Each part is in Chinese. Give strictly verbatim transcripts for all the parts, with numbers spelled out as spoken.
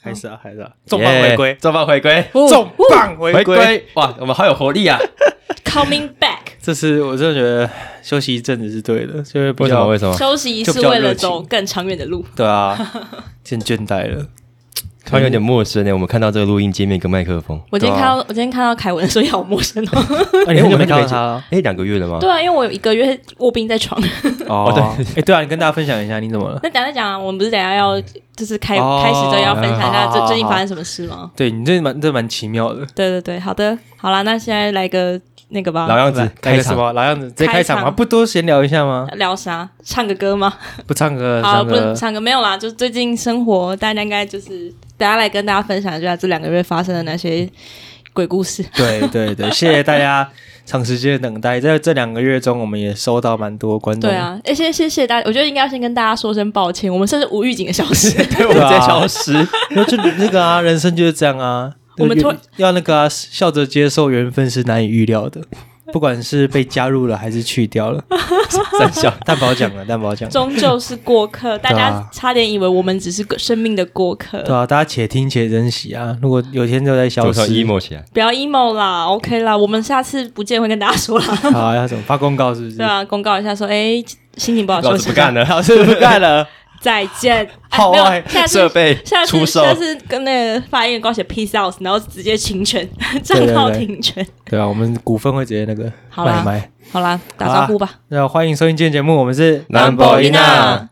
开始啊，开始啊！重磅回归， yeah, 重磅回归， 重磅回归！ 哇，我们好有活力啊 ！Coming back， 这次我真的觉得休息一阵子是对的，就是比较为什么？为什么？ 休息是为了走更长远的路。 对啊，渐倦怠了。 突然有点陌生呢、欸，我们看到这个录音界面跟麦克风。 我今天看到，啊、我今天看到凯文的时候也好陌生哦。 啊、你很久没看到他了？ 哎，两个月了吗？ 对啊，因为我有一个月卧病在床。 哦，对，哎，对啊，你跟大家分享一下你怎么了？ 那等一下再讲啊，我们不是等一下要就是开、哦、开始就要分享一下最最近发生什么事吗？ 对你这蛮这蛮奇妙的。 对对对，好的，好啦，那现在来个那个吧， 老样子， 开什么？老样子，直接开场吗？不多闲聊一下吗？ 聊啥？唱个歌吗？ 不唱歌， 好，不唱歌没有啦，就最近生活，大家应该就是大家来跟大家分享一下这两个月发生的那些鬼故事。 对对对，谢谢大家长时间的等待，在这两个月中，我们也收到蛮多观众。 对啊，而且谢谢大家，我觉得应该要先跟大家说声抱歉，我们甚至无预警的消失， 对，我们直接消失， 那就那个啊，人生就是这样啊。 我们突要那个啊，笑着接受缘分是难以预料的，不管是被加入了还是去掉了。 三小蛋宝讲了，蛋宝讲， 终究是过客，大家差点以为我们只是生命的过客。 对啊，大家且听且珍惜啊！如果有一天就在消失 ，emo 起来， 不要 emo 啦 ，OK 啦，我们下次不见会跟大家说啦。 好，要怎么发公告？是不是？ 对啊，公告一下说，哎，心情不好，休息不干了， 老师不干了。 再见， 好哎， 设备出售， 下次跟那个发言稿写 peace out， 然后直接停权，账号停权。 对啊，我们股份会直接那个卖卖。 好啦，打招呼吧。 那欢迎收听今天节目，我们是南博伊娜。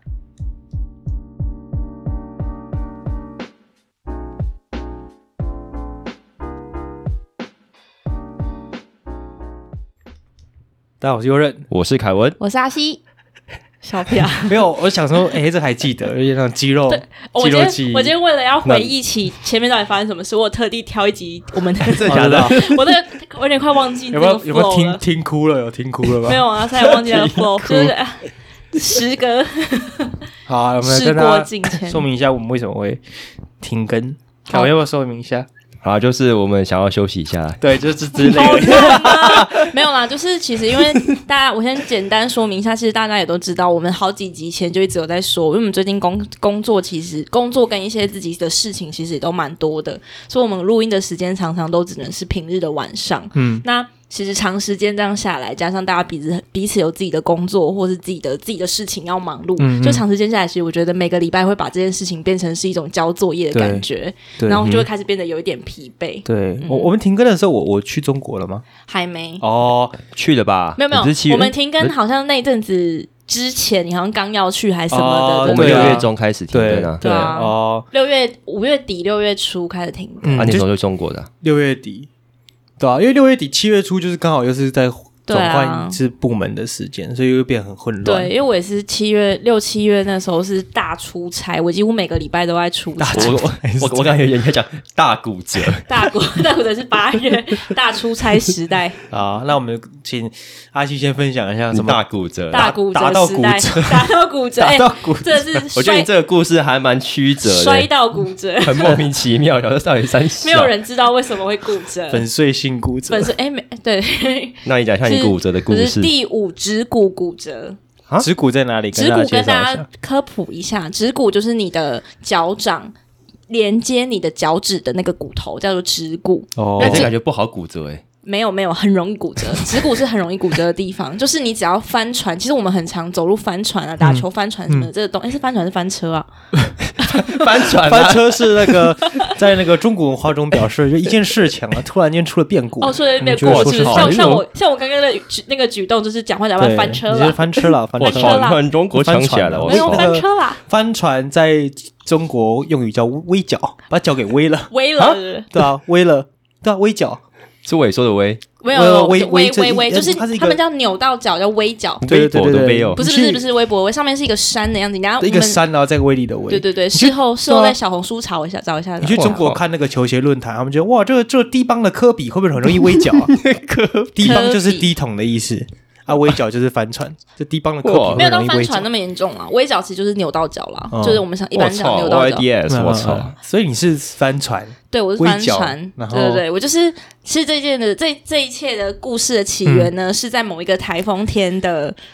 大家好，我是悠任， 我是凯文， 我是阿西。小屁啊！ 没有，我想说，哎、欸，这还记得，有点那种肌肉，肌肉记忆。 我今天为了要回忆起前面到底发生什么事，我特地挑一集我们的。 真的假的？ 我那个我有点快忘记有没有有没有听听哭了？有听哭了吧？ 没有啊，差点忘记了 flow， 就是时隔。 好、啊，我们跟大家说明一下我们为什么会停更。好，我要不要说明一下？ 好，就是我们想要休息一下， 对，就是之类的。 没有啦，就是其实因为大家，我先简单说明一下，其实大家也都知道，我们好几集前就一直有在说，因为我们最近工工作，其实工作跟一些自己的事情，其实也都蛮多的，所以我们录音的时间常常都只能是平日的晚上。嗯，那其实长时间这样下来，加上大家彼此彼此有自己的工作或是自己的自己的事情要忙碌，嗯嗯就长时间下来，其实我觉得每个礼拜会把这件事情变成是一种交作业的感觉，然后就会开始变得有一点疲惫。 对，嗯、我我们停更的时候，我我去中国了吗？ 还没。 哦， 去了吧？ 没有没有，我们停更好像那阵子之前，你好像刚要去还是什么的。 哦、我们六月中开始停更啊， 对啊，哦，六月五月底六月初开始停更。 嗯、啊，那时候就中国的、啊， 六月底。对啊，因为六月底七月初就是刚好又是在转换一次部门的时间、啊，所以又变很混乱。 对，因为我也是七月六七月那时候是大出差，我几乎每个礼拜都在出差。 我我我我刚才有人在讲大骨折， 大骨大骨折是八月大出差时代。 好，那我们请阿西先分享一下什么大骨折， 大骨折打到骨折， 打到骨折， 打到骨折。 这是我觉得你这个故事还蛮曲折的， 摔到骨折， 很莫名其妙，然后到底三小， 没有人知道为什么会骨折， 粉碎性骨折， 粉碎哎没对。 那你讲一下你骨折的故事。 是第五指骨骨折， 指骨在哪里？ 指骨跟大家科普一下，指骨就是你的脚掌连接你的脚趾的那个骨头，叫做指骨。 哦，那这感觉不好骨折哎、欸。 没有没有，很容易骨折。指骨是很容易骨折的地方，就是你只要翻船，其实我们很常走路翻船啊，打球翻船什么的，嗯、这个东哎是翻船是翻车啊？ 翻船、啊、 翻车是那个在那个中国文化中表示，就一件事情啊，突然间出了变故。 哦，出了变故是像像我像我刚刚的那个举动，就是讲话讲话翻车了， 翻车了，翻车了， 突然中国强起来了， 没有翻车啦。 翻船在中国用语叫微脚，把脚给微了， 微了， 对啊，微了，对啊，微脚。 是萎缩的微， 没有微微微微，就是他们叫扭到脚叫微脚， 微博的微哦， 不是不是不是微博微，上面是一个山的样子，然后一个山，然后再个威力的威， 对对对，事后事后在小红书查一下找一下。 你去中国看那个球鞋论坛，他们觉得哇，这个这个低帮的科比会不会很容易微脚啊？科低帮就是低筒的意思。啊，微脚就是翻船，这低帮的科比没有到翻船那么严重啦，微脚其实就是扭到脚啦，哦、就是我们想一般讲扭到脚。 我操！ 所以你是翻船？ 对，我是翻船。对对对，我就是其实这件的这这一切的故事的起源呢，嗯、是在某一个台风天的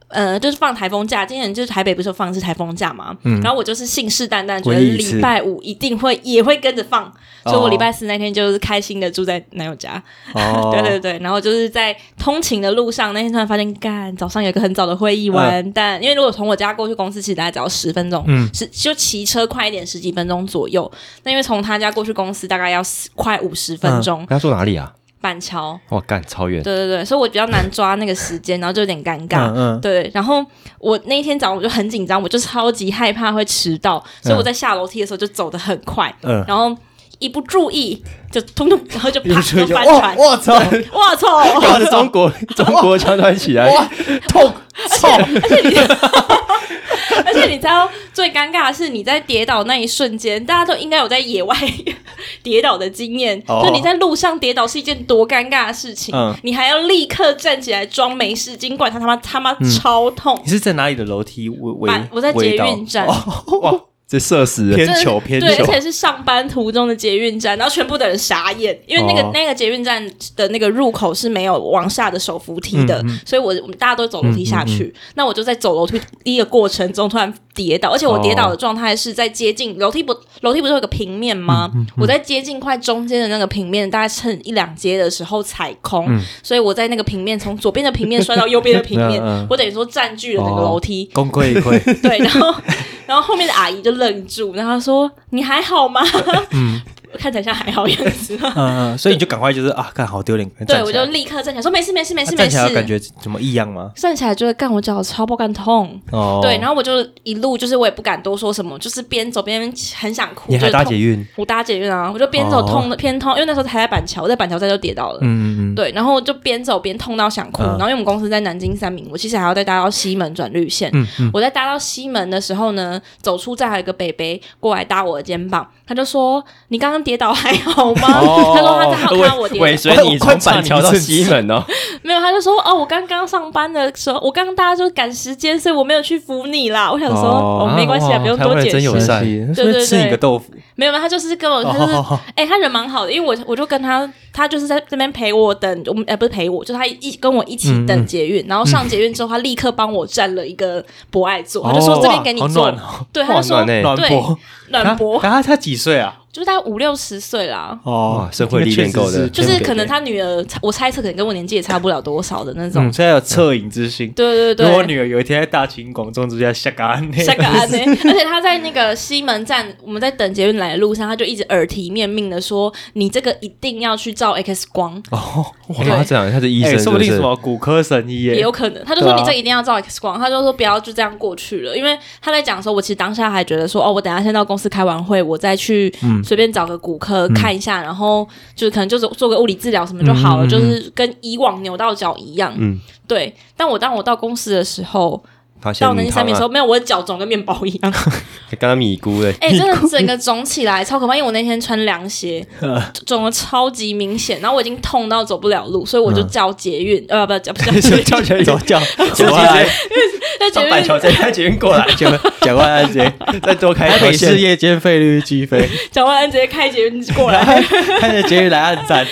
呃，就是放台风假，今年就是台北不是有放的是台风假嘛，嗯，然后我就是信誓旦旦觉得礼拜五一定会也会跟着放，哦、所以我礼拜四那天就是开心的住在男友家，哦、对对对，然后就是在通勤的路上，那天突然发现，干早上有一个很早的会议完蛋，嗯、因为如果从我家过去公司，其实大概只要十分钟，嗯，是就骑车快一点十几分钟左右，那因为从他家过去公司大概要快五十分钟， 嗯、要坐哪里啊？ 板桥， 哇，干超远， 对对对，所以我比较难抓那个时间，然后就有点尴尬，嗯嗯对。然后我那一天早上我就很紧张，我就超级害怕会迟到，所以我在下楼梯的时候就走得很快，嗯，然后一不注意就通通，然后就啪就翻船， 我操， 我操， 搞得中国中国腔突然起来， 哇，痛痛， 而且你。而且你知道最尴尬的是你在跌倒那一瞬间，大家都应该有在野外跌倒的经验，哦、就你在路上跌倒是一件多尴尬的事情，嗯、你还要立刻站起来装没事，尽管它他妈他妈超痛。 嗯、你是在哪里的楼梯？围我在捷运站。 哇，这社死偏糗偏糗， 对，而且是上班途中的捷运站，然后全部的人傻眼，因为那个、哦、那个捷运站的那个入口是没有往下的手扶梯的，嗯嗯所以我我们大家都走楼梯下去。嗯嗯嗯那我就在走楼梯第一个过程中突然跌倒，而且我跌倒的状态是在接近楼梯不楼梯不是有个平面吗？嗯嗯嗯我在接近快中间的那个平面，大概剩一两阶的时候踩空，嗯、所以我在那个平面从左边的平面摔到右边的平面，嗯嗯我等于说占据了那个楼梯， 功亏一篑。 对，然后然后后面的阿姨就愣住，然后她说：“你还好吗？”嗯，看起来像还好样子。 嗯，所以你就赶快就是啊，干好丢脸。 对，我就立刻站起来说：“没事，没事，没事，没事。” 站起来感觉怎么异样吗？ 站起来就会干，我脚超爆干痛。哦，对，然后我就一路就是我也不敢多说什么，就是边走边很想哭。 你还搭捷运？ 我搭捷运啊，我就边走痛的偏痛，因为那时候还在板桥，我在板桥站就跌倒了。嗯嗯对，然后就边走边痛到想哭。然后因为我们公司在南京三民，我其实还要再搭到西门转绿线。嗯嗯。我在搭到西门的时候呢，走出站还有一个北北过来搭我的肩膀，他就说：“你刚刚跌倒还好吗？”哦、他说他在看到我跌倒， 尾随你从板桥到西门哦。 没有，他就说：“哦，我刚刚上班的时候，我刚刚大家就赶时间，所以我没有去扶你啦。”我想说：“哦，哦没关系啊，不用多解释。” 真友善， 对对对， 吃你个豆腐。 没有没有，他就是跟我，他就是，哎、欸，他人蛮好的，因为我我就跟他，他就是在这边陪我等，我们哎、欸、不是陪我，就是他一跟我一起等捷运，嗯、然后上捷运之后，他立刻帮我占了一个博爱座，嗯、他就说这边给你坐， 哦、 对，他就说暖博暖博， 他他几岁啊？ 就是大概五六十岁啦， 哦，社会历练够的， 就是可能他女儿，我猜测可能跟我年纪也差不了多少的那种。 嗯，现在有恻隐之心。 对对对， 如果我女儿有一天在大庭广众之下下个安内， 下个安内，而且他在那个西门站，我们在等捷运来的路上，他就一直耳提面命的说：“你这个一定要去照 X 光。”哦， 哇，他这样，他是医生， 说不定什么骨科神医也有可能。他就说你这一定要照 X 光，他就说不要就这样过去了，因为他在讲的时候，我其实当下还觉得说：“哦，我等一下先到公司开完会，我再去随便找个骨科。”科看一下，嗯、然后就是可能就是做个物理治疗什么就好了，嗯、就是跟以往扭到脚一样。嗯，对。但我当我到公司的时候，到南京三民的时候，没有，我的脚肿跟面包一样， 刚刚米菇嘞， 哎、欸，真的整个肿起来，超可怕。因为我那天穿凉鞋，肿的超级明显，然后我已经痛到走不了路，所以我就叫捷运，嗯、呃，不叫不叫捷运， 叫捷运， 叫叫叫捷运，从板桥再开捷运过来，讲讲万安直接再多开台北市夜间费率计费， 讲万安直接开捷运过来， 看着捷运来按站。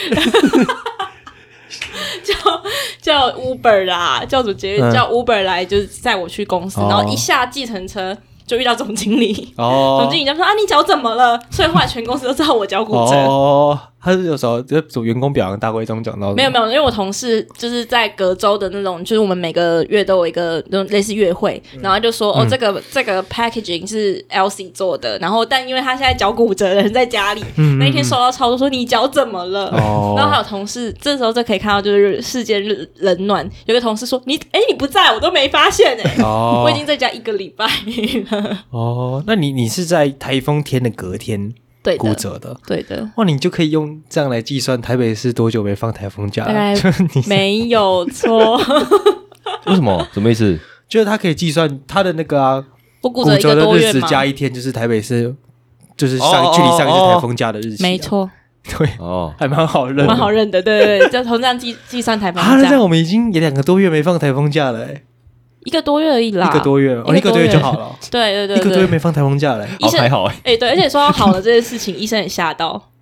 叫叫 Uber 啦，叫什么捷运？叫 Uber 来，就是载我去公司，嗯、然后一下计程车就遇到总经理。哦，总经理就说：“啊，你脚怎么了？”所以后来全公司都知道我脚骨折。哦， 他是有时候就组员工表扬大会中讲到， 没有没有，因为我同事就是在隔周的那种，就是我们每个月都有一个那种类似月会，嗯、然后就说：“哦，这个这个 packaging 是 Elsie 做的，然后但因为他现在脚骨折，人在家里，嗯、那一天收到超多说你脚怎么了？哦，然后还有同事，这时候就可以看到就是世间冷暖。有个同事说：你哎你不在我都没发现哎，哦、我已经在家一个礼拜了。 哦，那你你是在台风天的隔天？” 对骨折的， 对的， 哇，你就可以用这样来计算台北市多久没放台风假了？大概没有错。 为什么？什么意思？ 就是他可以计算他的那个啊， 我骨折一个多月嘛， 日子加一天，就是台北市就是上、oh, 距离上一次台风假的日期、啊， 没错。 对哦，还蛮好认， 蛮好认的，对对对，就从这样计计算台风假。 啊，那这样我们已经也两个多月没放台风假了、欸。 一个多月而已啦， 一个多月，哦，一个多月就好了。 对对对， 一个多月没放台风假了， 医生还好哎、 欸。哎，对，而且说到好了这件事情，医生也吓到。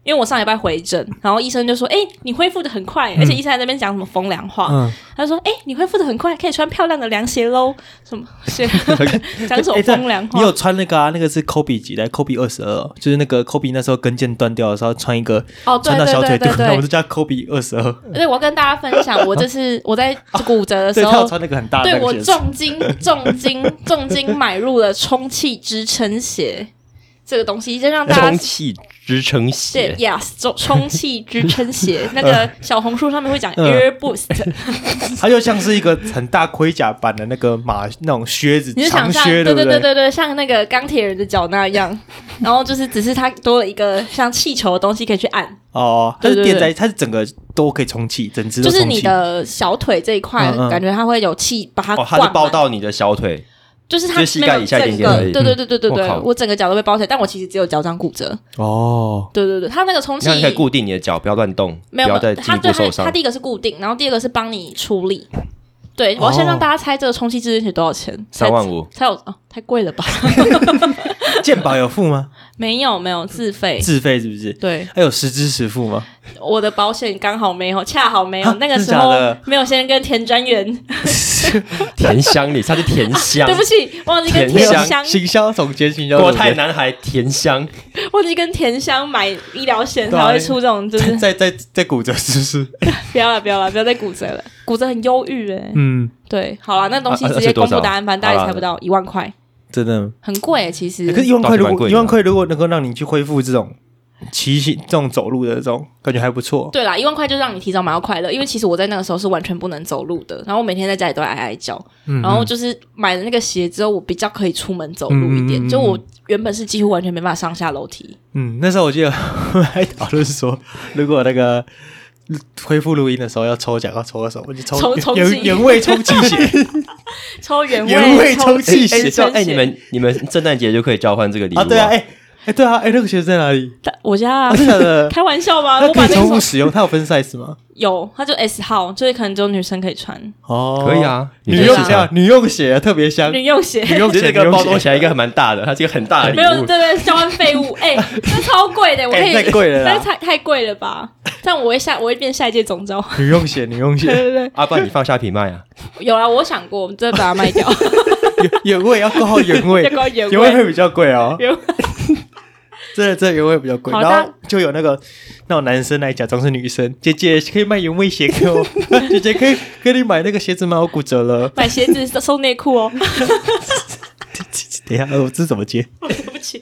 因为我上礼拜回诊，然后医生就说：“哎、欸，你恢复的很快。嗯”而且医生在那边讲什么风凉话，嗯、他说：“哎、欸，你恢复的很快，可以穿漂亮的凉鞋喽。”什么鞋？讲什么风凉话？ 你有穿那个啊？那个是 Kobe 几代 ？Kobe 二十二，就是那个 Kobe 那时候跟腱断掉的时候穿一个哦， 穿到小腿肚， 我们就叫 Kobe 二十二。 对，我要跟大家分享，我这次我在骨折的时候， 对，他有穿那个很大的那对我重金重金重金买入了充气支撑鞋。这个东西就让大家充气支撑鞋， 对 ，yes， 充充气支撑鞋，那个小红书上面会讲 Air Boost，、嗯、 它就像是一个很大盔甲版的那个马那种靴子， 你就想象， 对对对对对对，像那个钢铁人的脚那样，然后就是只是它多了一个像气球的东西可以去按。 哦，它是垫在，它是整个都可以充气，整只都充气。 就是你的小腿这一块，嗯嗯感觉它会有气把它灌满， 哦， 它是包到你的小腿。 就是它就膝盖以下一点点而已， 对对对对对对， 嗯、 我整个脚都被包起来，但我其实只有脚掌骨折。 哦， 对对对，它那个充气， 你可以固定你的脚，不要乱动， 没有， 不要再进一步受伤。 它第一个是固定，然后第二个是帮你出力。对，我要先让大家猜这个充气支撑鞋多少钱？ 三万五， 才有哦，太贵了吧？ 健保有付吗？ 没有没有，自费自费是不是？ 对， 还有实支实付吗？ 我的保险刚好没有，恰好没有，那个时候没有先跟田专员田香里，他是田香， 对不起，忘记跟田香行销总监，行销国泰男孩田香， 忘记跟田香买医疗险才会出这种，就是在在在骨折，是不是？ 不要了，不要了，不要再骨折了，骨折很忧郁哎。嗯，对，好了，那东西直接公布答案，反正大家也猜不到，一万块。 真的很贵、欸，其实。 可是一万块，如果一万块如果能够让你去恢复这种骑行、这种走路的这种感觉还不错。 对啦，一万块就让你提早买到快乐，因为其实我在那个时候是完全不能走路的，然后我每天在家里都在哀哀叫，嗯嗯然后就是买了那个鞋之后，我比较可以出门走路一点。嗯嗯嗯就我原本是几乎完全没办法上下楼梯。 嗯，那时候我记得我们还讨论说，如果那个。恢复录音的时候要抽奖，要抽个什么？我就抽原原味充气鞋， 抽原味原味充气鞋。 哎、欸，你们你们圣诞节就可以交换这个礼物啊？ 对啊，哎、欸、哎、欸，对啊，哎、欸，那个鞋在哪里？ 我家啊， 真的？ 开玩笑吧？ 那可以重复使用，它有分 size 吗？ 有，它就 S 号，就是可能只有女生可以穿。 哦，可以啊， 女用鞋，女用鞋特别香。 女用鞋， 女用鞋这个包装起来应该还蛮大的，它是一个很大的礼物。 没有，对对，交换废物，哎、欸，那超贵的，我可以， 欸、太贵了， 但是太太贵了吧？这样我会下，我会变下一届总召。 女用鞋，女用鞋， 对对对。 啊，不然你放虾皮卖啊？ 有啦，我想过，我们真的把它卖掉。 原味要够原味， 要够原味， 原味会比较贵哦。 原味真的，真的原味比较贵。然后就有那个那种男生来假装是女生，姐姐可以卖原味鞋给我，姐姐可以给你买那个鞋子吗？我骨折了。 买鞋子收内裤哦。 等一下，我这怎么接？ 对不起。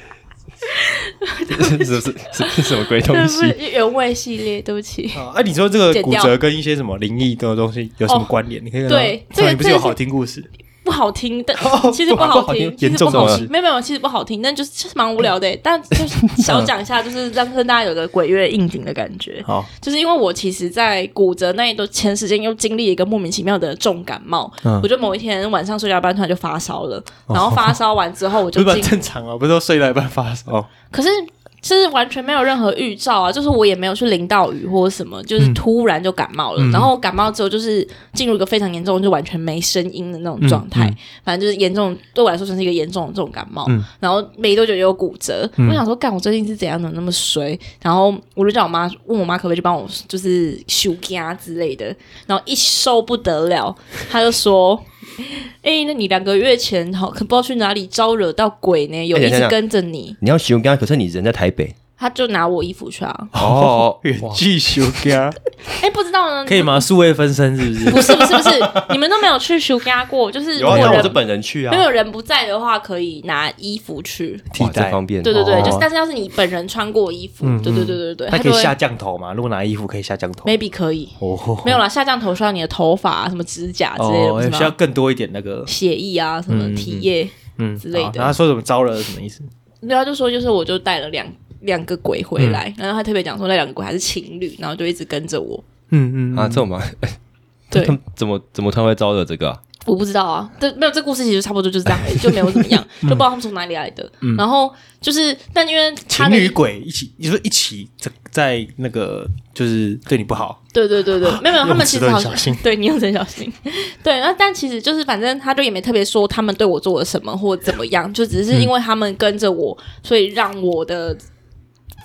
是是是是什么鬼东西？ 原味系列，对不起。 啊，啊你说这个骨折跟一些什么灵异的东西有什么关联？哦、你可以对，这个不是有好听故事？ 不好听，但其实不好听，其实不好听，没有没有，其实不好听，但就是就是蛮无聊的。但就是小讲一下，就是让跟大家有个鬼月应景的感觉。好，就是因为我其实，在骨折那一段前时间又经历一个莫名其妙的重感冒，嗯、我就某一天晚上睡觉半突然就发烧了，然后发烧完之后我就不是正常啊，不是说睡到一半发烧， 可是。就是完全没有任何预兆啊，就是我也没有去淋到雨或者什么，就是突然就感冒了，嗯、然后感冒之后就是进入一个非常严重，就完全没声音的那种状态，嗯嗯、反正就是严重，对我来说算是一个严重的这种感冒。嗯、然后没多久就有骨折，嗯、我想说，干我最近是怎样的那么衰？然后我就叫我妈问我妈可不可以去帮我就是修家之类的，然后一收不得了，她就说。哎、欸，那你两个月前好，可不知道去哪里招惹到鬼呢？有一直跟着你。 欸、你要修家，可是你人在台北。 他就拿我衣服去啊！ 哦，远距修家。 哎，不知道呢， 可以吗？数位分身是不是？ 不是不是不是，你们都没有去修家过，就是有啊，有我是本人去啊。 没有人不在的话，可以拿衣服去替代，方便。 对对对，就是但是要是你本人穿过衣服，对对对对对， 他可以下降头嘛？如果拿衣服可以下降头 ，maybe 可以。哦，没有啦，下降头需要你的头发、什么指甲之类的， 需要更多一点那个血液啊、什么体液嗯之类的。 然后他说什么招惹什么意思？ 对，他就说就是我就带了两。两个鬼回来，嗯、然后他特别讲说那两个鬼还是情侣，然后就一直跟着我。 嗯嗯啊，这种吗？ 对， 他怎么怎么突然会招惹这个、啊？ 我不知道啊，这没有这故事其实差不多就是这样，就没有怎么样，就不知道他们从哪里来的。嗯、然后就是，但因为情侣鬼一起，你说一起在那个就是对你不好。 对对对对，没有没有，他们其实好像对你用词很小心。对，那但其实就是反正他就也没特别说他们对我做了什么或怎么样，就只是因为他们跟着我，所以让我的。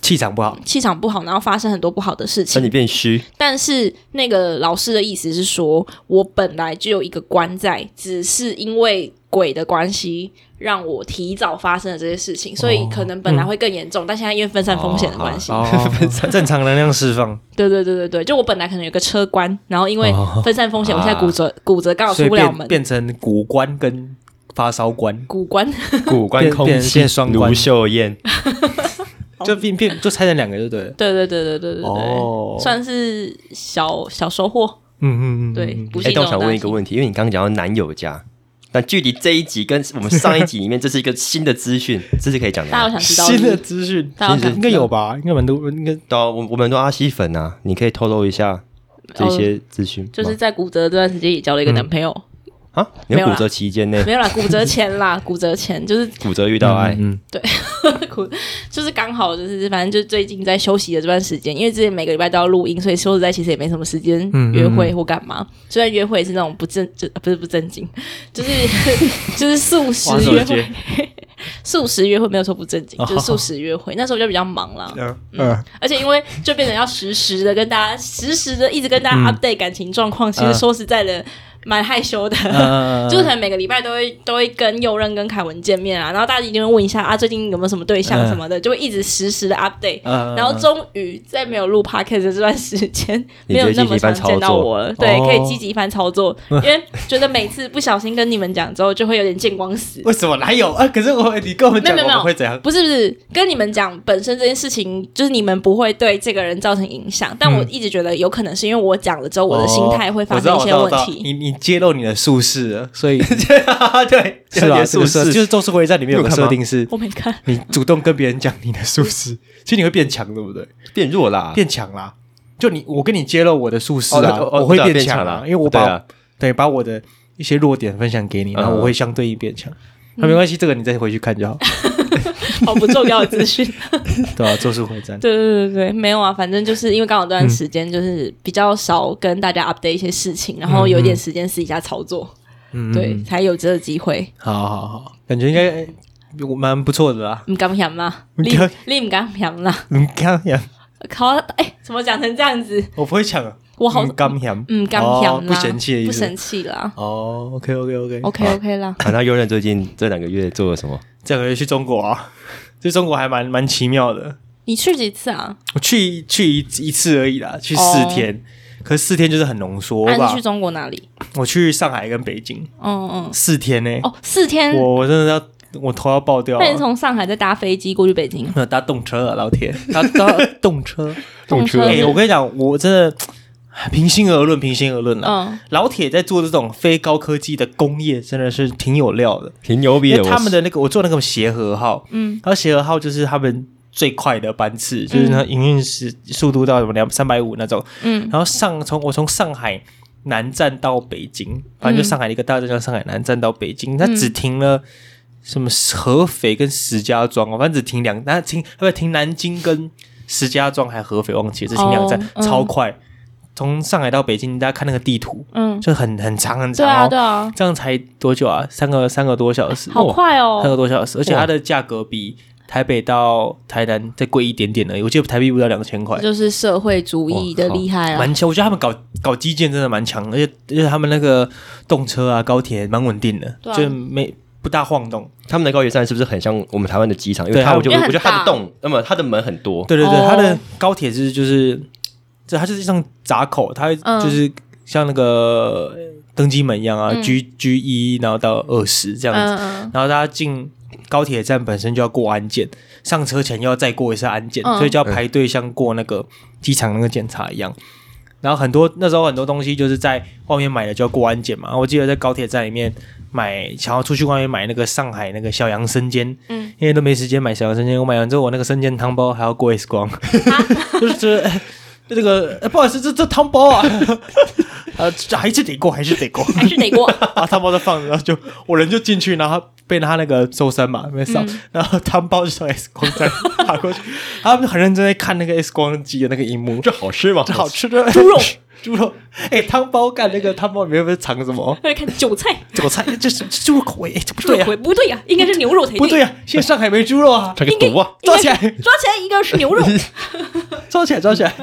气场不好， 气场不好，然后发生很多不好的事情， 身体变虚。 但是那个老师的意思是说，我本来就有一个关在，只是因为鬼的关系让我提早发生了这些事情，所以可能本来会更严重，哦嗯、但现在因为分散风险的关系， 哦哦、正常能量释放。 对对对对对，就我本来可能有个车关，然后因为分散风险，哦、我现在骨折、啊、骨折刚好出不了门， 变, 变成骨关跟发烧关， 骨关骨关空气双关， 卢秀燕。 就变变就拆成两个就对了， 对对对对对对对，哦，算是小小收获， 嗯嗯嗯， 对。不哎，但我想问一个问题，因为你刚刚讲到男友家，但距离这一集跟我们上一集里面，这是一个新的资讯，这是可以讲的。 大家有想知道新的资讯，应该有吧？应该蛮多，应该对啊，我我们都阿西粉啊，你可以透露一下这些资讯、哦。 就是在骨折这段时间也交了一个男朋友。嗯啊，你有骨折期间呢？ 没有啦，骨折前啦，骨折前就是骨折遇到爱，嗯，嗯对，就是刚好就是反正就最近在休息的这段时间，因为之前每个礼拜都要录音，所以说实在其实也没什么时间约会或干嘛。嗯嗯嗯虽然约会是那种不正就不是不正经，就是就是素食约会，素食约会没有说不正经，就是素食约会。那时候就比较忙啦，嗯，嗯而且因为就变成要实时的跟大家实时的一直跟大家 update 感情状况，嗯、其实说实在的。蛮害羞的，uh, 就是可能每个礼拜都会都会跟佑任跟凯文见面啊，然后大家一定会问一下啊，最近有没有什么对象什么的， uh, 就会一直实时的 update，、uh, 然后终于在没有录 podcast 的这段时间，没有那么常见到我了，对，可以积极一番操作，因为觉得每次不小心跟你们讲之后，就会有点见光死。 为什么哪有啊？可是我你跟我们讲，我们会怎样？ 不是不是，跟你们讲本身这件事情，就是你们不会对这个人造成影响，但我一直觉得有可能是因为我讲了之后，我的心态会发生一些问题。 你你揭露你的术士了，所以对是吧？术士就是《咒术回战》里面有个设定是， 我没看， 你主动跟别人讲你的术士，其实你会变强，对不对？ 变弱啦， 变强啦。就你我跟你揭露我的术士啊， 哦、 我会变强啦，因为我把对、啊、 对把我的一些弱点分享给你，然后我会相对应变强。那、嗯啊、没关系，这个你再回去看就好。 好不重要的资讯， 对啊，咒术回战， 对对对对，没有啊，反正就是因为刚好这段时间就是比较少跟大家 update 一些事情，嗯、然后有一点时间私底下操作，嗯，对，才有这个机会。 好好好，感觉应该蛮不错的啦。 唔敢嫌啦，你你唔敢嫌啦， 唔敢嫌。 靠，哎，怎么讲成这样子？ 我不会抢啊。 我好唔甘嫌， 唔甘嫌啦， 不嫌弃的意思， 不生气啦。 哦 ，OK OK OK OK OK 啦。 啊，那佑任最近这两个月做了什么？ 这两个月去中国啊，去中国还蛮蛮奇妙的。 你去几次啊？ 我去去一一次而已啦，去四天，哦、可是四天就是很浓缩吧。 那、啊、你去中国哪里？ 我去上海跟北京。嗯嗯，四天呢、欸？ 哦，四天， 我我真的要。我头要爆掉了！ 那你从上海再搭飞机过去北京？ 没有搭动车啊，老铁，搭搭动车， 动车。 哎、欸，我跟你讲，我真的平心而论，平心而论啊，嗯、老铁在做这种非高科技的工业，真的是挺有料的， 挺牛逼的。 他们的那个，我做那个协和号，嗯，然后协和号就是他们最快的班次，嗯、就是它营运时速度到什么两三百五那种，嗯，然后上从我从上海南站到北京，反正就上海的一个大站叫上海南站到北京，它、嗯、只停了。什么合肥跟石家庄哦，反正只停两，那停不停南京跟石家庄还合肥忘记了，只停两站，哦、超快。从、嗯、上海到北京，大家看那个地图，嗯，就很很长很长哦， 对啊，对啊， 这样才多久啊？三个三个多小时， 好快哦， 三个多小时，而且它的价格比台北到台南再贵一点点而已，我记得台币不到两千块， 就是社会主义的厉害啊， 蛮强。我觉得他们搞搞基建真的蛮强，而且而且他们那个动车啊、高铁蛮稳定的，啊、就没。不大晃动， 他们的高铁站是不是很像我们台湾的机场？因为它我觉得我觉得它的洞，那么它的门很多。 对对对，它的高铁是就是这它就是像闸口，它就是像那个登机门一样啊、嗯、，G G 一然后到二十这样子，嗯、然后大家进高铁站本身就要过安检，上车前又要再过一次安检，嗯、所以就要排队像过那个机场那个检查一样。然后很多那时候很多东西就是在外面买的就要过安检嘛，我记得在高铁站里面买想要出去外面买那个上海那个小杨生煎，嗯，因为都没时间买小杨生煎，我买完之后我那个生煎汤包还要过 X 光，啊、就是这、欸、这个、欸、不好意思，这这汤包啊，呃，还是得过，还是得过， 还是得过， 啊，汤包就放着，然后就我人就进去，然后被他那个周深嘛没扫、嗯，然后汤包就从 X 光机爬过去，他们很认真在看那个 X 光机的那个荧幕， 这好吃吗？ 这好吃的猪肉， 猪肉。哎、欸，汤包干那个汤包里面不是藏什么？ 在看韭菜， 韭菜这是猪肉口味，哎、欸，这不对呀、啊， 不对呀、啊，应该是牛肉才对。 不对呀、啊，现在上海没猪肉啊， 这个毒啊， 抓起来， 抓起来，应该是牛肉， 抓起来，抓起来。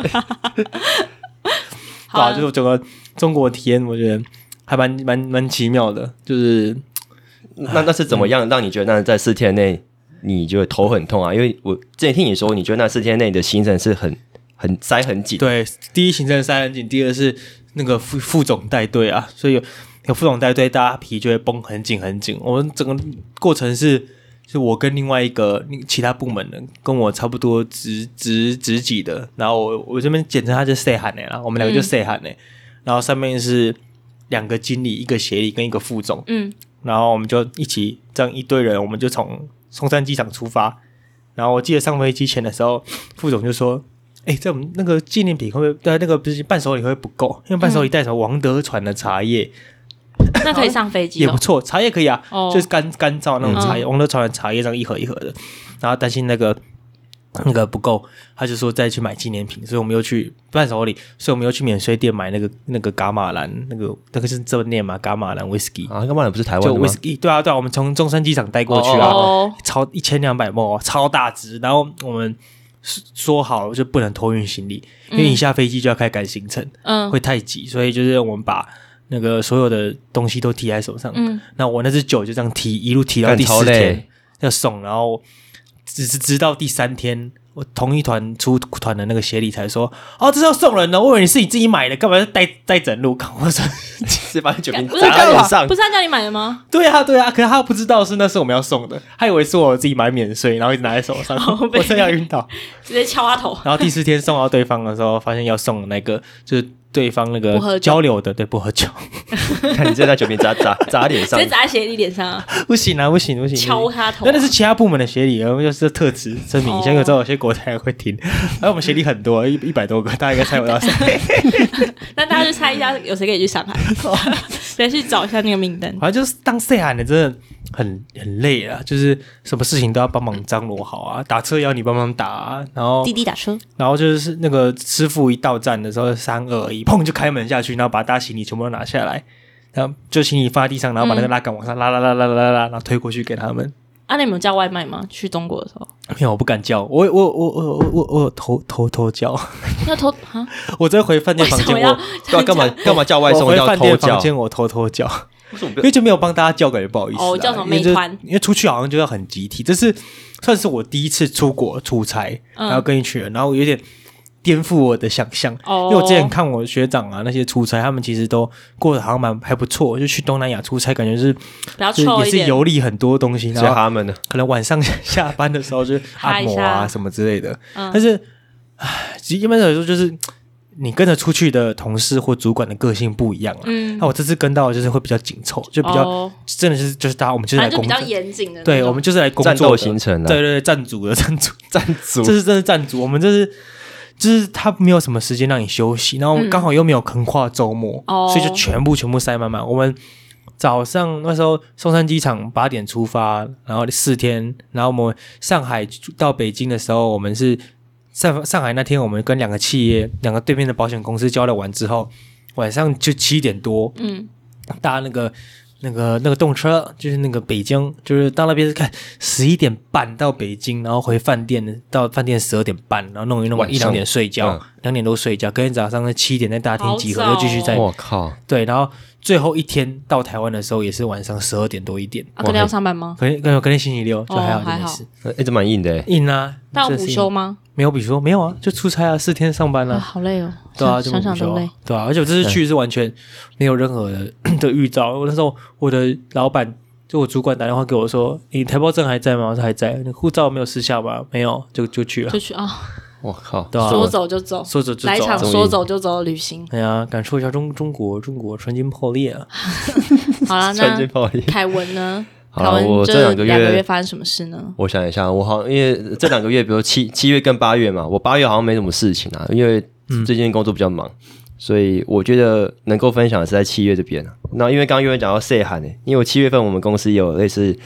好、啊，就是整个中国体验，我觉得还蛮蛮蛮奇妙的，就是。 那那是怎么样让你觉得那在四天内你觉得头很痛啊？因为我之前听你说，你觉得那四天内的行程是很很塞很紧。 对，第一行程塞很紧，第二是那个副副总带队啊，所以有有副总带队，大家皮就会绷很紧很紧。我们整个过程是，是我跟另外一个其他部门的跟我差不多职职职级的，然后我我这边简称他就 say 喊的啦，我们两个就 say 喊的、嗯，然后上面是两个经理，一个协理跟一个副总，嗯。然后我们就一起这样一堆人，我们就从松山机场出发。然后我记得上飞机前的时候，副总就说：“哎，在我们那个纪念品会不会？对，那个不是伴手礼会不会不够？因为伴手礼带什么王德传的茶叶， 嗯、那可以上飞机、哦、 也不错，茶叶可以啊， 哦、 就是干干燥那种茶叶，嗯、王德传的茶叶这样一盒一盒的。然后担心那个。”那个不够，他就说再去买纪念品，所以我们又去伴手礼，所以我们又去免税店买那个那个噶玛兰，那个那个是这么念嘛？噶玛兰 whisky 啊，噶玛兰不是台湾的吗？ 就 whisky， 对啊对啊，我们从中山机场带过去啊，哦、超一千两百毫升，超大只。然后我们说好了就不能托运行李，因为一下飞机就要开始赶行程，嗯，会太挤，所以就是我们把那个所有的东西都提在手上。嗯，那我那支酒就这样提，一路提到第四天要送，然后。只是直到第三天，我同一团出团的那个协理才说：“哦，这是要送人的，我以为你是你自己买的，干嘛要带带整路？”我说：“直接把酒瓶砸在脸上。” 不是他叫你买的吗？ 对啊，对啊，可是他不知道是那是我们要送的，他以为是我自己买免税，然后一直拿在手上，我真的要晕倒， 直接敲他头。 然后第四天送到对方的时候，发现要送的那个就是。对方那个交流的，对，不喝酒。 看你直接在酒瓶砸砸砸脸上， 直接砸在协理脸上啊！ 不行啊，不行不行， 敲他头、啊。 那那是其他部门的协理，我们就是特指声明一下，因为知道有些国台会听。然后我们协理很多，一一百多个，大家应该猜不到谁。 那大家就猜一下，有谁可以去上海？再去找一下那个名单。 反正就是当 say 喊的，真的很很累啊，就是什么事情都要帮忙张罗好啊，打车要你帮忙打啊，然后滴滴打车， 然后就是那个师傅一到站的时候，三二一。砰就开门下去，然后把大家行李全部都拿下来，然后就行李放在地上，然后把那个拉杆往上拉拉拉拉拉拉拉，然后推过去给他们。 啊，你们有叫外卖吗？去中国的时候？ 没有，我不敢叫，我我我我我我有偷偷偷叫。 要偷啊？ 我在回饭店房间，我对干嘛干嘛叫外送？ 我回饭店房间我偷偷叫，因为就没有帮大家叫，感觉不好意思。 哦，叫什么美团？ 因为出去好像就要很集体，这是算是我第一次出国出差，然后跟一群人，然后有点。颠覆我的想象，因为我之前看我学长啊那些出差，他们其实都过得好像蛮还不错，就去东南亚出差，感觉是比较臭也是游历很多东西，然后他们呢， 可能晚上下班的时候就按摩啊什么之类的。但是，唉，一般来说就是你跟着出去的同事或主管的个性不一样啊。嗯，那我这次跟到的就是会比较紧凑，就比较、哦、真的是就是大家我们就是来工作， 比较严谨的， 对，我们就是来工作的战斗行程、啊， 对对对，站组的站组站组， 这是真的站组，我们这是。就是他没有什么时间让你休息，然后刚好又没有横跨周末、嗯，所以就全部全部塞满满。我们早上那时候松山机场八点出发，然后四天，然后我们上海到北京的时候，我们是上上海那天，我们跟两个企业、两个对面的保险公司交流完之后，晚上就七点多，嗯，搭那个。那个那个动车就是那个北京，就是到那边是看十一点半到北京，然后回饭店，到饭店十二点半，然后弄一弄一两点睡觉，两、嗯、点多睡觉，隔天早上七点在大厅集合，又继续在。 我靠！ 对，然后最后一天到台湾的时候也是晚上十二点多一点。 啊，隔天要上班吗？ 隔天隔天星期六就还好，就没事。 哎、哦，这蛮硬的， 硬啊！ 但有补休吗？ 没有补休，没有啊，就出差啊，四天上班了、啊啊，好累哦。 对啊，就想想都累。 对啊，而且我这次去是完全没有任何的的预兆。我那时候我的老板就我主管打电话给我说：“你台胞证还在吗？”我说还在。你护照没有失效吗？没有，就就去了。 就去啊！ 我靠， 对啊， 说走就走， 说走就走， 来一场说走就走的旅行。 哎呀，感受一下中中国中国穿金破裂啊！ 好了，那凯文呢？ 好，我这两个月两个月发生什么事呢？ 我想一下，我好因为这两个月，比如七七月跟八月嘛，我八月好像没什么事情啊，因为最近工作比较忙，嗯、所以我觉得能够分享的是在七月这边啊。那因为刚刚有人讲到 say 喊诶，因为我七月份我们公司有类似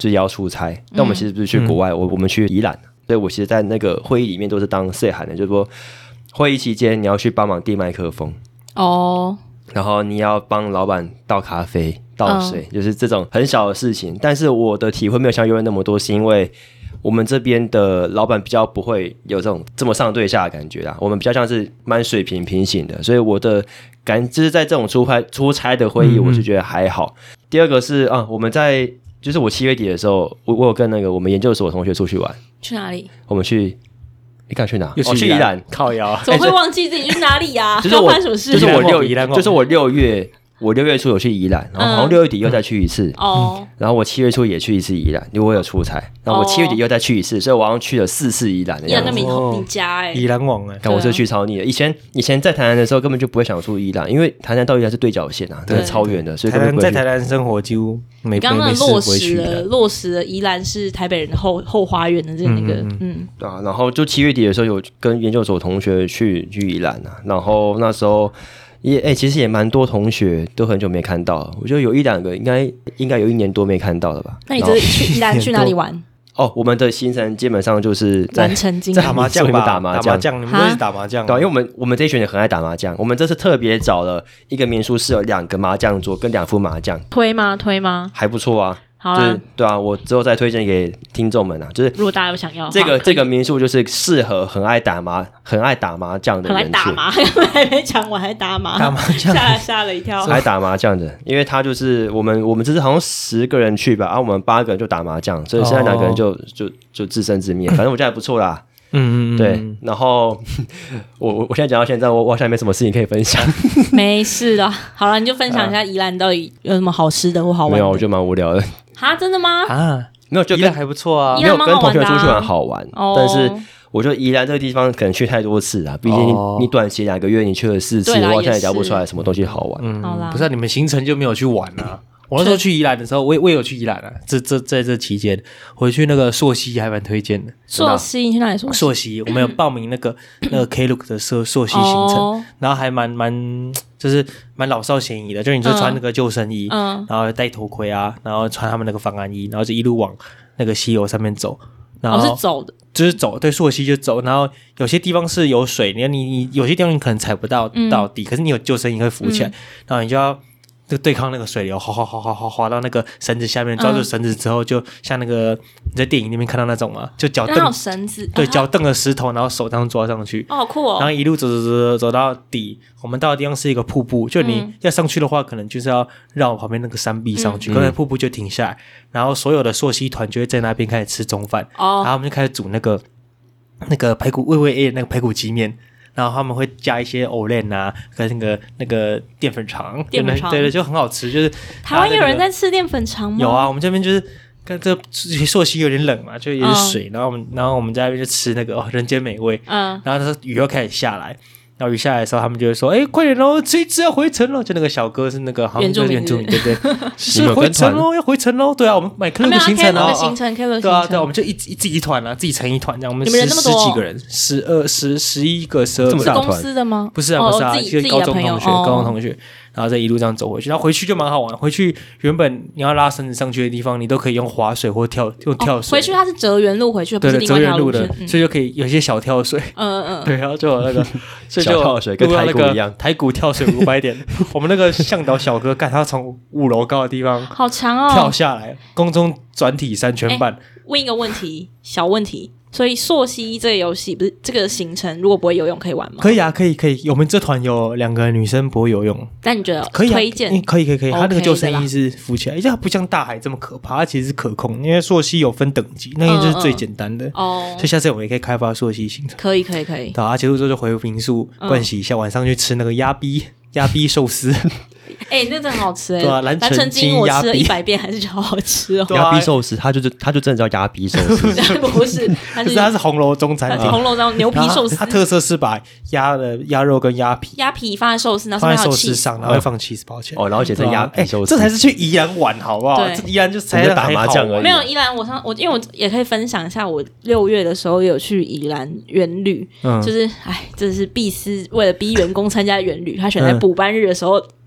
就是要出差，但我们其实不是去国外，嗯、我我们去宜兰，所以我其实在那个会议里面都是当 say 喊的，就是说会议期间你要去帮忙递麦克风哦，然后你要帮老板倒咖啡、倒水，嗯、就是这种很小的事情。但是我的体会没有像悠悠那么多，是因为我们这边的老板比较不会有这种这么上对下的感觉啦，我们比较像是蛮水平平行的，所以我的感就是在这种出差出差的会议，我是觉得还好。嗯、第二个是啊，我们在就是我七月底的时候，我我有跟那个我们研究所的同学出去玩， 去哪里？ 我们去。你敢去哪？ 哦， 去宜兰， 靠腰， 怎么会忘记自己去哪里呀？ 就是我，就是我六， 宜兰， 就是我六月，我六月初有去宜兰，然后好像六月底又再去一次，哦，然后我七月初也去一次宜兰，因为我有出差，然后我七月底又再去一次，所以我好像去了四次宜兰的样子。 宜兰那你家哎， 宜兰网哎， 但我是去超腻的。以前以前在台南的时候根本就不会想出宜兰，因为台南到宜兰是对角线啊，真的超远的，所以台南在台南生活几乎没刚刚落实了落实了宜兰是台北人的后后花园的这那个嗯， 对啊，然后就七月底的时候有跟研究所同学去去宜兰啊，然后那时候。也哎、欸，其实也蛮多同学都很久没看到了，我觉得有一两个应该应该有一年多没看到了吧。 那你这去宜兰去哪里玩？ 哦，我们的行程基本上就是在在打麻将吧， 打麻将， 打麻将，你们都是打麻将。 对，因为我们我们这一群人很爱打麻将，我们这次特别找了一个民宿，是有两个麻将桌跟两副麻将。 推吗？推吗？ 还不错啊。 好就是对啊，我之后再推荐给听众们啊。就是如果大家有想要这个这个民宿，就是适合很爱打麻、很爱打麻将的人去。 很爱打麻，还没讲完还打麻， 打麻将吓吓了一跳。 爱打麻将的，因为他就是我们我们这次好像十个人去吧，然后我们八个人就打麻将，所以现在两个人就、哦、就就自生自灭。反正我觉得还不错啦。嗯嗯，对，然后我我我现在讲到现在，我我好像没什么事情可以分享。 没事的，好了，你就分享一下宜兰到底有什么好吃的或好玩的。 没有，我觉得蛮无聊的。 啊，真的吗？ 啊， 没有，就宜兰还不错啊， 没有跟同学出去玩好玩，哦、但是我觉得宜兰这个地方可能去太多次了，毕竟你、哦、你短期两个月你去了四次，我现在聊不出来什么东西好玩。 嗯， 好啦， 不是、啊、你们行程就没有去玩啊？我那时候去宜兰的时候，我也我也有去宜兰啊。这这在这期间，我去那个溯溪还蛮推荐的。 溯溪你去哪里溯溪？ 溯溪，我们有报名那个那个 Klook 的溯溯溪行程，哦、然后还蛮蛮就是蛮老少咸宜的，就是你就穿那个救生衣，嗯、然后戴头盔啊，然后穿他们那个防寒衣，然后就一路往那个溪流上面走。然后、 哦、是走的， 就是走，对，溯溪就走。然后有些地方是有水，你你你有些地方你可能踩不到、嗯、到底，可是你有救生衣会浮起来，嗯、然后你就要。就对抗那个水流，滑滑滑滑滑滑到那个绳子下面，抓住绳子之后，就像那个你在电影里面看到那种啊，就脚蹬绳子， 对，脚蹬了石头，然后手这样抓上去， 哦，好酷哦！ 然后一路走走走走到底，我们到的地方是一个瀑布，就你要上去的话，可能就是要绕旁边那个山壁上去，刚才瀑布就停下来，然后所有的溯溪团就会在那边开始吃中饭，哦，然后我们就开始煮那个那个排骨味味 A 那个排骨鸡面。然后他们会加一些藕链啊，跟那个那个淀粉肠， 淀粉肠对对，就很好吃。就是台湾有人在吃淀粉肠吗？ 有啊，我们这边就是跟这溯溪有点冷嘛，就有点水，嗯、然后我们然后我们在那边就吃那个、哦、人间美味。嗯，然后那时候雨又开始下来。然后雨下来的时候，他们就会说：“哎，快点哦，这一次要回程了。”就那个小哥是那个好像就是原住民，对不对？是回程喽，要回程喽。对啊，我们买克鲁的行程哦，行程，克鲁对啊，对啊，我们就一一自己团啊，自己成一团这样。我们十十几个人，十二十十一个十二个， 这么大团？ 公司的吗？ 不是啊，不是啊，是高中同学，高中同学。然后再一路这样走回去，然后回去就蛮好玩。回去原本你要拉绳子上去的地方，你都可以用滑水或跳用跳水。 哦、回去它是折原路回去， 对， 不是另外一条路的，嗯、所以就可以有一些小跳水。嗯嗯，对，然后就有那个，所以就小跳水跟台鼓一样， 台鼓跳水五百点。我们那个向导小哥，干他从五楼高的地方好强哦， 跳下来，空中转体三圈半。 问一个问题，小问题。所以溯溪这个游戏不是这个行程，如果不会游泳可以玩吗？ 可以啊，可以可以。我们这团有两个女生不会游泳， 但你觉得可以、啊、 推荐？ 可以可以可以。它那个救生衣是浮起来，因为它不像大海这么可怕，它其实是可控。因为溯溪有分等级，那个就是最简单的。哦、嗯嗯，所以下次我们也可以开发溯溪行程。 可以可以可以。 对啊，结束之后就回民宿盥洗一下，嗯、晚上去吃那个鸭逼鸭逼寿司。 哎、欸，那真的很好吃哎、欸！ 对啊，蓝城精我吃了一百遍，还是觉得好好吃哦。 鸭逼寿司，它就是它就真的叫鸭逼寿司， 不是，它是它是红楼中餐厅， 红楼中牛皮寿司。 它特色是把鸭的鸭肉跟鸭皮， 鸭皮放在寿司，然后放在寿司上，然后会放起司包起来。 哦，然后写成鸭皮寿司。 这才是去宜兰玩，好不好？这宜兰就才打麻将而已。 没有宜兰，我上我因为我也可以分享一下，我六月的时候有去宜兰员旅，嗯、就是哎，这是必思为了逼员工参加员旅，他选在补班日的时候。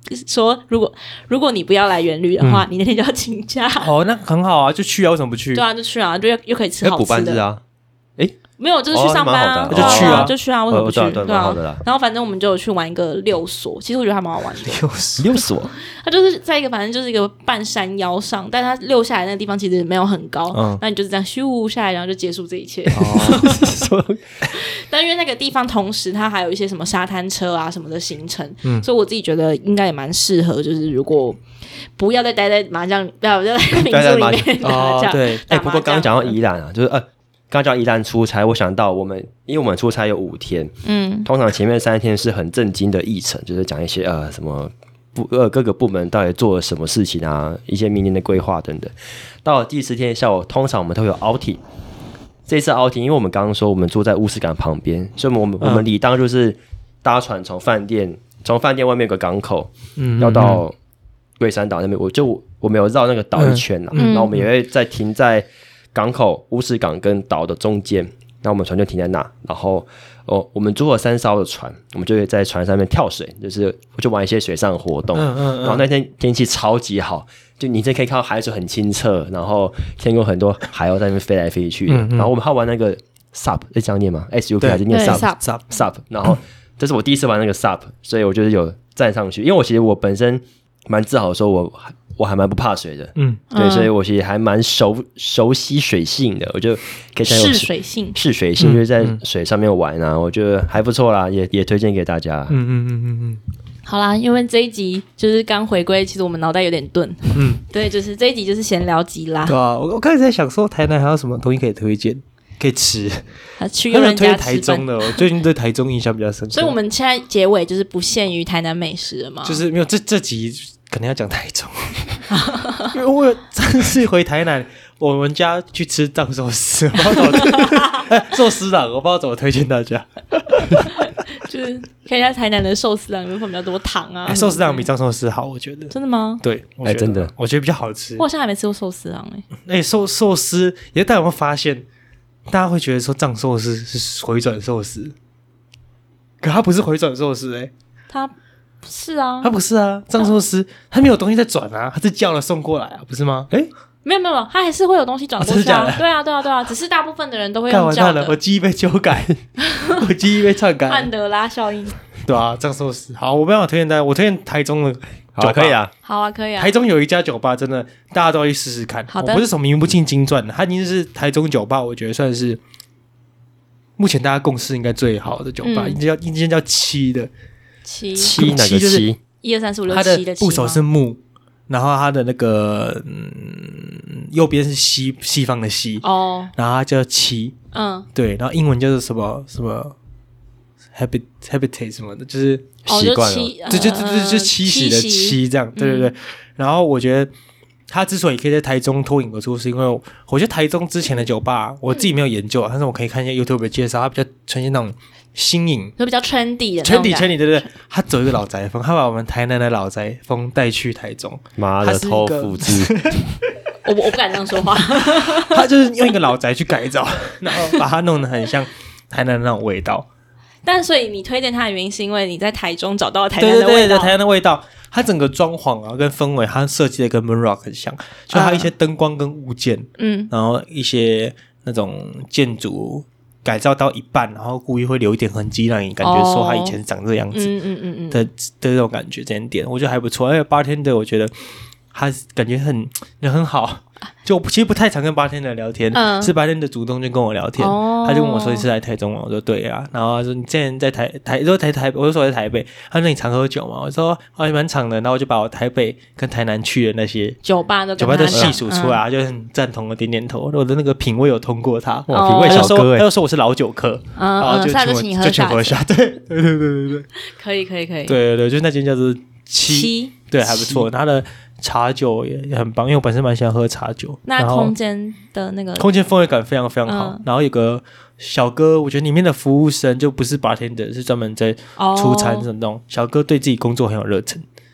说如果如果你不要来员旅的话、嗯、你那天就要请假。 哦，那很好啊，就去啊，为什么不去？ 对啊，就去啊，就又可以吃好吃的。 补班制啊，诶没有，就是去上班啊， 哦、就去啊， 就去啊，为什么不去？ 哦、对, 对, 对啊， 对啊。 然后反正我们就有去玩一个六所，其实我觉得还蛮好玩的。 六所， 六所， 它就是在一个反正就是一个半山腰上，但它溜下来那个地方其实没有很高，嗯，那你就是这样咻下来，然后就结束这一切。哦、但因为那个地方同时它还有一些什么沙滩车啊什么的行程，嗯，所以我自己觉得应该也蛮适合，就是如果不要再待在麻将，不要再在民宿里面打麻将。 对，哎、欸，不过刚刚讲到宜兰啊，就是呃。刚叫宜兰出差，我想到我们，因为我们出差有五天，嗯，通常前面三天是很正经的议程，就是讲一些呃什么部呃各个部门到底做了什么事情啊，一些明年的规划等等。到了第十天下午，通常我们都有 outing。这次 outing， 因为我们刚刚说我们住在乌石港旁边，所以我们、嗯、我们理当就是搭船从饭店，从饭店外面有个港口，嗯，要到龟山岛那边，我就我们有绕那个岛一圈啦，嗯、然后我们也会再停在港口乌石港跟岛的中间，那我们船就停在那，然后哦，我们租了三艘的船，我们就会在船上面跳水，就是我就玩一些水上活动。嗯嗯嗯然后那天天气超级好，就你这可以看到海水很清澈，然后天空很多海鸥在那边飞来飞去的。嗯嗯然后我们还玩那个 S U P， 是这样念吗 ？S U P 还是念 S U P？S U P S U P。然后这是我第一次玩那个 S U P， 所以我就是有站上去，因为我其实我本身蛮自豪说我。我还蛮不怕水的，嗯，对，所以我其实还蛮熟熟悉水性的，我就可以试水性， 试水性就是在水上面玩啊，嗯、我觉得还不错啦，也也推荐给大家。 嗯嗯嗯嗯嗯。 好啦，因为这一集就是刚回归，其实我们脑袋有点钝，嗯，对，就是这一集就是闲聊集啦。 对啊，我我刚才在想说，台南还有什么东西可以推荐？可以吃， 啊、去跟人家吃台中的，我最近对台中印象比较深刻。 所以我们现在结尾就是不限于台南美食了嘛？ 就是没有这这集可能要讲台中，因为我上次回台南，我们家去吃藏寿司，我不知道怎么寿司郎，我不知道怎么推荐大家。 就是看一下台南的寿司郎里面放比较多糖啊， 寿司郎比藏寿司好，我觉得。 真的吗？ 对， 哎、欸，真的， 我觉得比较好吃。 我好像还没吃过寿司郎哎、 欸。哎、欸，寿寿司，也大家有没有发现？大家会觉得说藏寿司是回转寿司，可它不是回转寿司哎、欸， 它是啊， 它不是啊，藏寿司它没有东西在转啊，它是叫了送过来啊，不是吗？哎、欸， 没有没有，它还是会有东西转过去啊，啊对啊对啊对啊，只是大部分的人都会用叫的。 我记忆被修改，我记忆被篡改， 曼德拉效应。 对啊，藏寿司好，我没办法推荐大家，我推荐台中的。 好，可以啊， 好啊，可以啊。 台中有一家酒吧，真的大家都要去试试看。 好的， 我不是什么名不尽经传的，它已经是台中酒吧，我觉得算是目前大家共识应该最好的酒吧，嗯、一间叫一间叫七的七七哪个七？ 一二三四五六七的七。 它的部首是木，然后它的那个嗯右边是西西方的西哦，然后它叫七，嗯，对，然后英文就是什么什么 habit habitat 什么的，就是。 习惯了， 就就就就就七喜的七这样，对对对。嗯、然后我觉得他之所以可以在台中脱颖而出，是因为我觉得台中之前的酒吧，我自己没有研究啊，但是我可以看一下 YouTube 的介绍，它比较呈现那种新颖， 就比较 trendy 的 trendy trendy， 对对对。他走一个老宅风，他把我们台南的老宅风带去台中， 妈的偷复制。 我我不敢这样说话。 他就是用一个老宅去改造，然后把它弄得很像台南的那种味道。 但所以你推荐它的原因是因为你在台中找到了台南的味道， 对对对，台南的味道，它整个装潢啊跟氛围，它设计的跟 Moonrock 很像，就它一些灯光跟物件，嗯，然后一些那种建筑改造到一半，然后故意会留一点痕迹，让你感觉说它以前长这个样子，嗯嗯嗯嗯的的这种感觉，这点点我觉得还不错。而且 bartender 我觉得他感觉很人很好。就其实不太常跟bartender聊天，嗯、是bartender主动就跟我聊天，哦、他就问我说：“你是来台中吗？”我说：“对啊。”然后他说：“你之前在台台，说台台，我就说我在台北。”他说：“你常喝酒吗？”我说：“哦，蛮常的。”然后我就把我台北跟台南去的那些酒吧的酒吧都细数出来，嗯、就很赞同的点点头。我的那个品味有通过他， 哇，品味小哥哎， 他就说我是老酒客， 嗯、然后就请我就请喝下，对对对对对对， 可以可以可以， 对对对，就那间叫做七，七对还不错，他的。茶酒也很棒，因为我本身蛮喜欢喝茶酒。 那空间的那个空间氛围感非常非常好，嗯、然后有个小哥，我觉得里面的服务生就不是 bartender，是专门在出餐这种、哦、小哥，对自己工作很有热忱。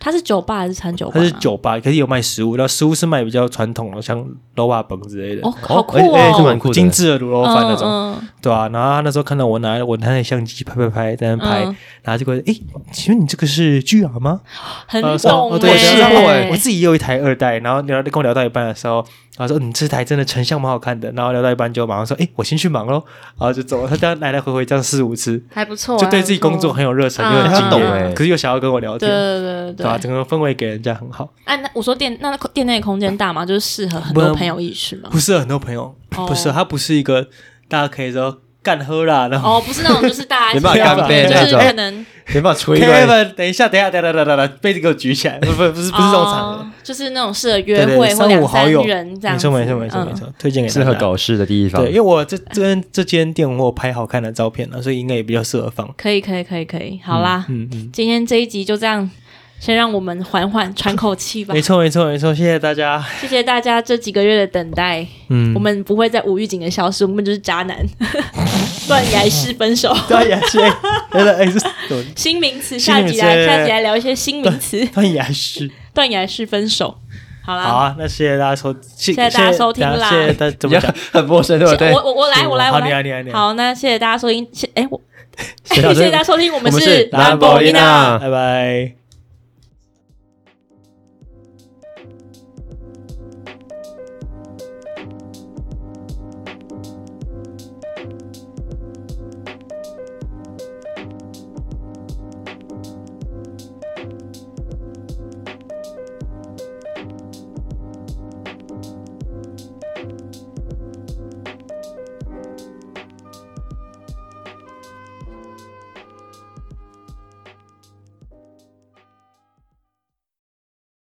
它是酒吧还是餐酒吧？ 它是酒吧，可是有卖食物，然后食物是卖比较传统的，像肉霸崩之类的。 哦，好酷哦， 欸欸、是蛮酷的， 精致的卤肉饭那种， 嗯嗯、 对啊，然后他那时候看到我拿我拿那相机拍拍拍在那拍，嗯、然后就过来，哎，请问你这个是 G R 吗？ 很懂、欸哦，对，对，我自己也有一台二代，然后聊跟我聊到一半的时候，然后说你这台真的成像蛮好看的，然后聊到一半就马上说，哎，我先去忙咯，然后就走了。他这样来来回回这样四五次， 还不错， 就对自己工作很有热忱，又很敬业， 嗯、 可是又想要跟我聊天， 对对对对， 对吧？整个氛围给人家很好。 哎、啊，那我说店那店内空间大吗？就是适合很多朋友一起去吗？ 不适合很多朋友，哦、不是，它不是一个大家可以说干喝啦，然后哦，不是那种就是大家没办法干杯那种，就是可能没办法吹。 Kevin， 等一下，等一下，等一下，等一下，杯子给我举起来，不不不是不是这种场合， 就是那种适合约会或两三人这样。 没错没错没错没错，推荐给适合搞事的地方。 对，因为我这这间这间店我有拍好看的照片了，所以应该也比较适合放。 可以可以可以可以，好啦，嗯嗯，今天这一集就这样。先让我们缓缓喘口气吧。 没错，没错，没错，谢谢大家， 谢谢大家这几个月的等待。嗯，我们不会在无预警的消失，我们就是渣男，断崖式分手。 断崖式，哎， 新名词，下集来，下集来聊一些新名词。 断崖式， 断崖式分手。好啦， 好啊，那谢谢大家收， 谢谢大家收听啦。 谢谢大家，怎么讲？ 很陌生，对不对？ 我我我来，我来，我来。 好，你来，你来。 好，那谢谢大家收听。哎，我谢谢大家收听，我们是兰博基娜， 拜拜。